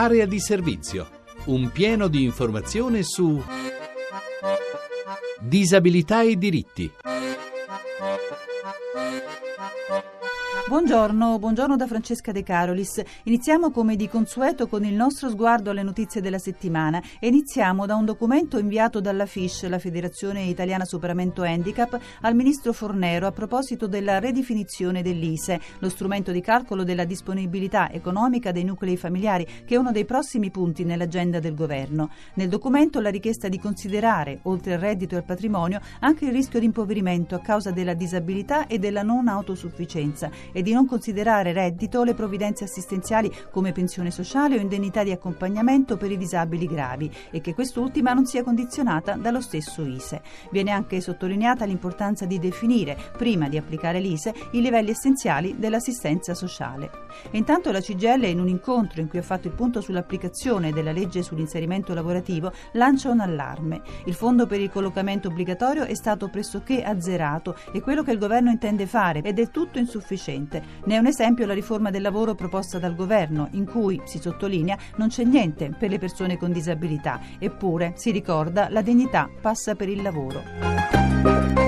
Area di servizio. Un pieno di informazione su disabilità e diritti. Buongiorno da Francesca De Carolis. Iniziamo come di consueto con il nostro sguardo alle notizie della settimana e iniziamo da un documento inviato dalla FISH, la Federazione Italiana Superamento Handicap, al ministro Fornero a proposito della ridefinizione dell'ISEE, lo strumento di calcolo della disponibilità economica dei nuclei familiari, che è uno dei prossimi punti nell'agenda del governo. Nel documento la richiesta di considerare, oltre al reddito e al patrimonio, anche il rischio di impoverimento a causa della disabilità e della non autosufficienza, e di non considerare reddito le provvidenze assistenziali come pensione sociale o indennità di accompagnamento per i disabili gravi, e che quest'ultima non sia condizionata dallo stesso ISEE. Viene anche sottolineata l'importanza di definire, prima di applicare l'ISEE, i livelli essenziali dell'assistenza sociale. E intanto la CGIL, in un incontro in cui ha fatto il punto sull'applicazione della legge sull'inserimento lavorativo, lancia un allarme. Il fondo per il collocamento obbligatorio è stato pressoché azzerato e quello che il governo intende fare è del tutto insufficiente. Ne è un esempio la riforma del lavoro proposta dal governo, in cui, si sottolinea, non c'è niente per le persone con disabilità, eppure, si ricorda, la dignità passa per il lavoro.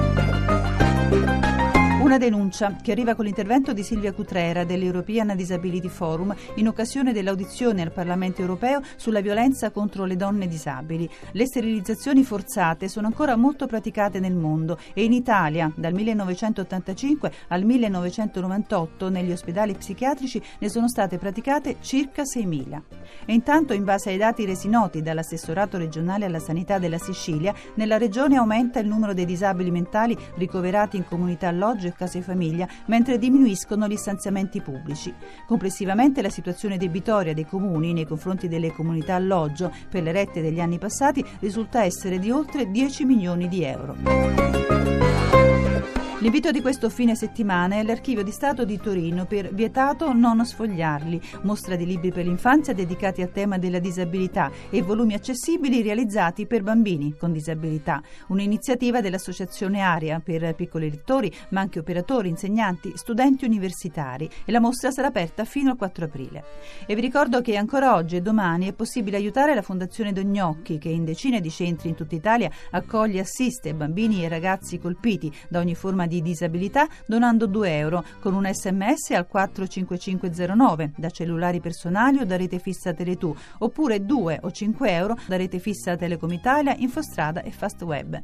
Una denuncia che arriva con l'intervento di Silvia Cutrera dell'European Disability Forum in occasione dell'audizione al Parlamento europeo sulla violenza contro le donne disabili. Le sterilizzazioni forzate sono ancora molto praticate nel mondo e in Italia dal 1985 al 1998 negli ospedali psichiatrici ne sono state praticate circa 6.000. E intanto, in base ai dati resi noti dall'assessorato regionale alla sanità della Sicilia, nella regione aumenta il numero dei disabili mentali ricoverati in comunità alloggio e case famiglia, mentre diminuiscono gli stanziamenti pubblici. Complessivamente la situazione debitoria dei comuni nei confronti delle comunità alloggio per le rette degli anni passati risulta essere di oltre 10 milioni di euro. L'invito di questo fine settimana è all'Archivio di Stato di Torino per Vietato non sfogliarli, mostra di libri per l'infanzia dedicati al tema della disabilità e volumi accessibili realizzati per bambini con disabilità. Un'iniziativa dell'Associazione Aria per piccoli lettori, ma anche operatori, insegnanti, studenti universitari, e la mostra sarà aperta fino al 4 aprile. E vi ricordo che ancora oggi e domani è possibile aiutare la Fondazione Dognocchi, che in decine di centri in tutta Italia accoglie e assiste bambini e ragazzi colpiti da ogni forma di disabilità, donando 2 euro con un SMS al 45509 da cellulari personali o da rete fissa Tele2, oppure 2 o 5 euro da rete fissa Telecom Italia, Infostrada e Fastweb.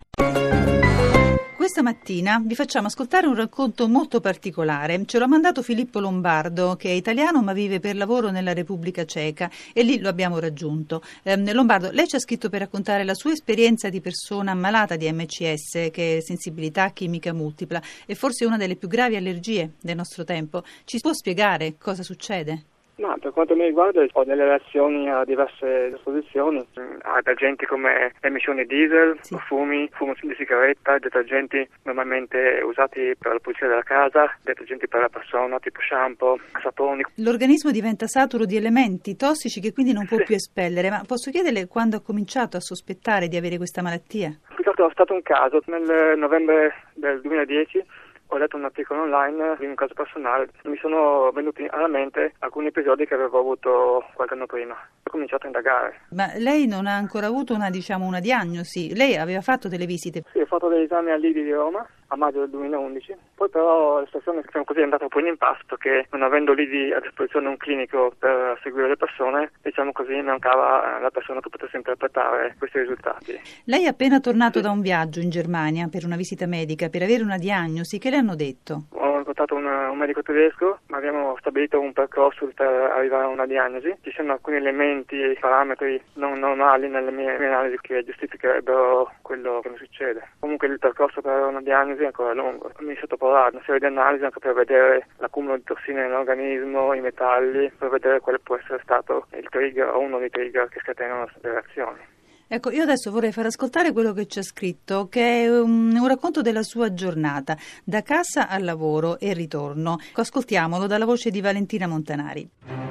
Questa mattina vi facciamo ascoltare un racconto molto particolare. Ce l'ha mandato Filippo Lombardo, che è italiano ma vive per lavoro nella Repubblica Ceca, e lì lo abbiamo raggiunto. Lombardo, lei ci ha scritto per raccontare la sua esperienza di persona ammalata di MCS, che è sensibilità chimica multipla, e forse una delle più gravi allergie del nostro tempo. Ci può spiegare cosa succede? Ma per quanto mi riguarda ho delle reazioni a diverse esposizioni, ad agenti come emissioni diesel, sì, fumo di sigaretta, detergenti normalmente usati per la pulizia della casa, detergenti per la persona tipo shampoo, saponi. L'organismo diventa saturo di elementi tossici che quindi non può più espellere, ma posso chiederle quando ha cominciato a sospettare di avere questa malattia? È stato un caso nel novembre del 2010. Ho letto un articolo online di un caso personale. Mi sono venuti alla mente alcuni episodi che avevo avuto qualche anno prima. Ho cominciato a indagare. Ma lei non ha ancora avuto una diagnosi? Lei aveva fatto delle visite? Sì, ho fatto degli esami all'IDI di Roma a maggio del 2011. Poi però la situazione è andata un po' in impasse, perché non avendo l'IDI a disposizione un clinico per seguire le persone, diciamo così, mancava la persona che potesse interpretare questi risultati. Lei è appena tornato da un viaggio in Germania per una visita medica, per avere una diagnosi. Che le hanno detto? Ho incontrato un medico tedesco, ma abbiamo stabilito un percorso per arrivare a una diagnosi. Ci sono alcuni elementi, parametri non normali nelle mie analisi che giustificherebbero quello che mi succede. Comunque il percorso per una diagnosi è ancora lungo. Mi sottoporrà a una serie di analisi anche per vedere l'accumulo di tossine nell'organismo, i metalli, per vedere quale può essere stato il trigger o uno dei trigger che scatenano le reazioni. Ecco, io adesso vorrei far ascoltare quello che ci ha scritto, che è un racconto della sua giornata, da casa al lavoro e ritorno. Ascoltiamolo dalla voce di Valentina Montanari.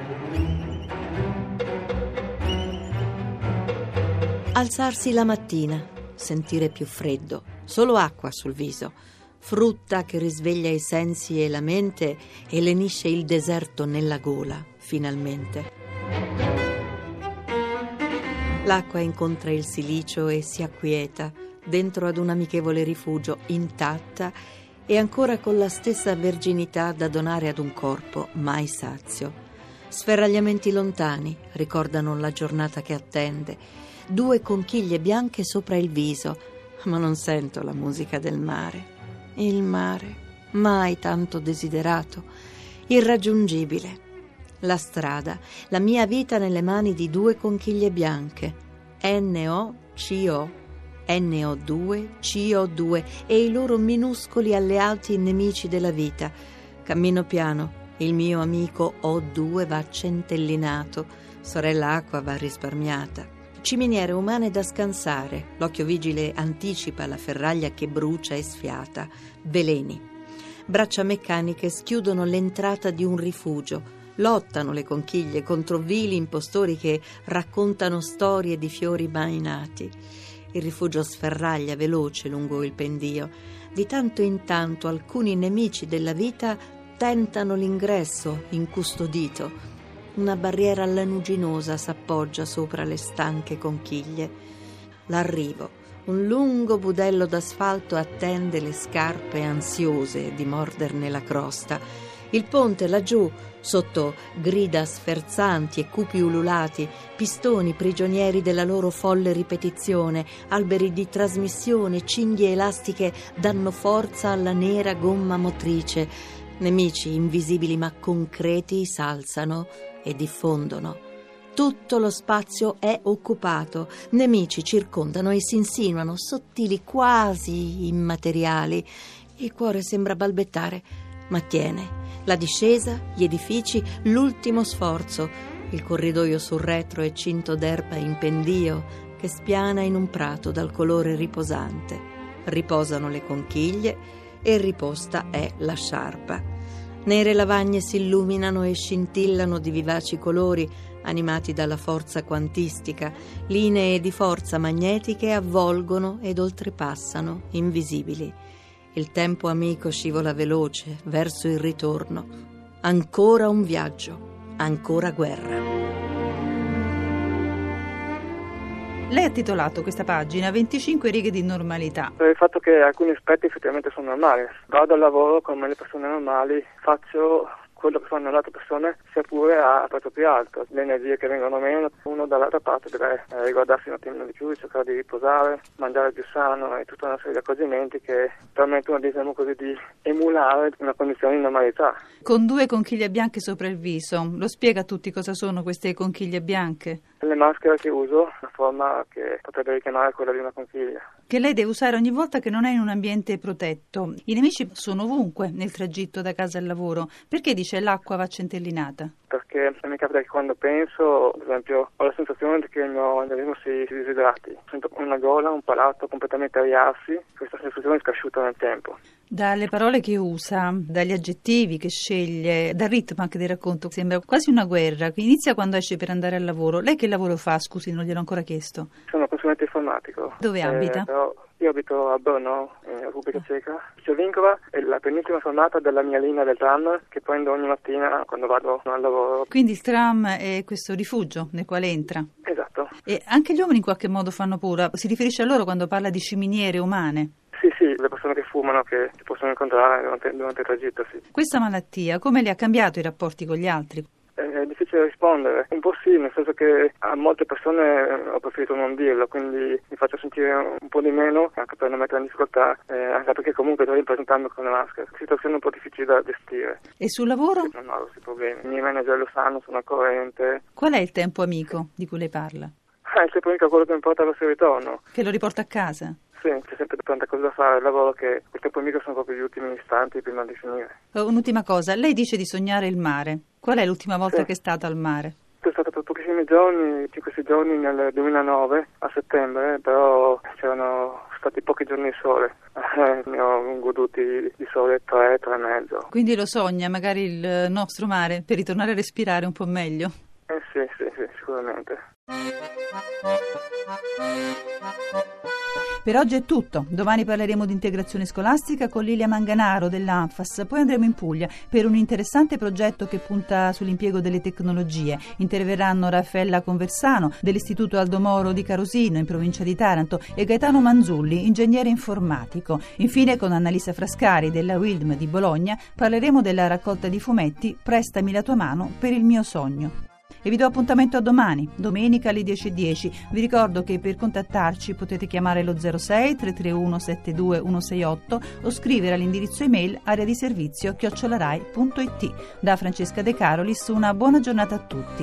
Alzarsi la mattina, sentire più freddo, solo acqua sul viso, frutta che risveglia i sensi e la mente e lenisce il deserto nella gola, finalmente. L'acqua incontra il silicio e si acquieta dentro ad un amichevole rifugio, intatta e ancora con la stessa verginità da donare ad un corpo mai sazio. Sferragliamenti lontani ricordano la giornata che attende. 2 conchiglie bianche sopra il viso, ma non sento la musica del mare. Il mare, mai tanto desiderato, irraggiungibile. La strada, la mia vita nelle mani di 2 conchiglie bianche. NO-CO, NO2, CO2 e i loro minuscoli alleati nemici della vita. Cammino piano, il mio amico O2 va centellinato, sorella acqua va risparmiata. Ciminiere umane da scansare, l'occhio vigile anticipa la ferraglia che brucia e sfiata. Veleni. Braccia meccaniche schiudono l'entrata di un rifugio. Lottano le conchiglie contro vili impostori che raccontano storie di fiori mai nati. Il rifugio sferraglia veloce lungo il pendio. Di tanto in tanto alcuni nemici della vita tentano l'ingresso incustodito. Una barriera lanuginosa s'appoggia sopra le stanche conchiglie. L'arrivo. Un lungo budello d'asfalto attende le scarpe ansiose di morderne la crosta. Il ponte laggiù, sotto grida sferzanti e cupi ululati, pistoni prigionieri della loro folle ripetizione, alberi di trasmissione, cinghie elastiche danno forza alla nera gomma motrice. Nemici invisibili ma concreti s'alzano e diffondono. Tutto lo spazio è occupato. Nemici circondano e si insinuano, sottili, quasi immateriali. Il cuore sembra balbettare, ma tiene. La discesa, gli edifici, l'ultimo sforzo. Il corridoio sul retro è cinto d'erba in pendio che spiana in un prato dal colore riposante. Riposano le conchiglie e riposta è la sciarpa. Nere lavagne si illuminano e scintillano di vivaci colori, animati dalla forza quantistica. Linee di forza magnetiche avvolgono ed oltrepassano, invisibili. Il tempo amico scivola veloce verso il ritorno. Ancora un viaggio, ancora guerra. Lei ha titolato questa pagina 25 righe di normalità. Per il fatto che alcuni aspetti effettivamente sono normali. Vado al lavoro come le persone normali, faccio quello che fanno le altre persone, sia pure a prezzo più alto. Le energie che vengono meno, uno dall'altra parte deve riguardarsi un attimino di più, cercare di riposare, mangiare più sano e tutta una serie di accorgimenti che permettono, diciamo così, di emulare una condizione di normalità. Con 2 conchiglie bianche sopra il viso, lo spiega a tutti cosa sono queste conchiglie bianche? Le maschere che uso, una forma che potrebbe richiamare quella di una conchiglia. Che lei deve usare ogni volta che non è in un ambiente protetto. I nemici sono ovunque nel tragitto da casa al lavoro. Perché dice l'acqua va centellinata? Perché mi capita che quando penso, ad esempio, ho la sensazione che il mio organismo si disidrati. Sento una gola, un palato completamente ariarsi, questa sensazione è scasciuta nel tempo. Dalle parole che usa, dagli aggettivi che sceglie, dal ritmo anche del racconto, sembra quasi una guerra che inizia quando esce per andare al lavoro. Lei che lavoro fa? Scusi, non gliel'ho ancora chiesto. Sono consulente informatico. Dove abita? Io abito a Brno, in Repubblica Ceca. Vincova è la penultima fermata della mia linea del tram che prendo ogni mattina quando vado al lavoro. Quindi il tram è questo rifugio nel quale entra? Esatto. E anche gli uomini in qualche modo fanno paura. Si riferisce a loro quando parla di ciminiere umane? Sì, le persone che fumano, che si possono incontrare durante il tragitto, sì. Questa malattia come le ha cambiato i rapporti con gli altri? È difficile rispondere, un po' sì, nel senso che a molte persone ho preferito non dirlo, quindi mi faccio sentire un po' di meno, anche per non mettere in difficoltà, anche perché comunque sto ripresentando con le maschere. Situazione un po' difficile da gestire. E sul lavoro? Non ho questi problemi. I miei manager lo sanno, sono al corrente. Qual è il tempo amico di cui lei parla? Il tempo amico è quello che mi porta verso il ritorno. Che lo riporta a casa? Sì, c'è sempre tanta cosa da fare al lavoro che quel tempo amico sono proprio gli ultimi istanti prima di finire. Un'ultima cosa, lei dice di sognare il mare. Qual è l'ultima volta che è stata al mare? Sono stato per pochissimi giorni, 5-6 giorni nel 2009, a settembre, però c'erano stati pochi giorni di sole. Ne ho goduti di sole 3 e mezzo. Quindi lo sogna magari il nostro mare per ritornare a respirare un po' meglio? Sì, sicuramente. Per oggi è tutto. Domani parleremo di integrazione scolastica con Lilia Manganaro dell'ANFAS. Poi andremo in Puglia per un interessante progetto che punta sull'impiego delle tecnologie. Interverranno Raffaella Conversano dell'Istituto Aldo Moro di Carosino in provincia di Taranto e Gaetano Manzulli, ingegnere informatico. Infine con Annalisa Frascari della WILDM di Bologna parleremo della raccolta di fumetti Prestami la tua mano per il mio sogno. E vi do appuntamento a domani, domenica alle 10:10. Vi ricordo che per contattarci potete chiamare lo 06 331 72 168 o scrivere all'indirizzo email areadiservizio@rai.it. Da Francesca De Carolis una buona giornata a tutti.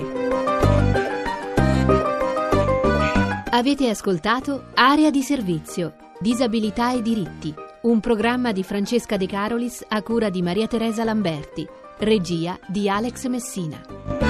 Avete ascoltato Area di Servizio, Disabilità e Diritti, un programma di Francesca De Carolis a cura di Maria Teresa Lamberti, regia di Alex Messina.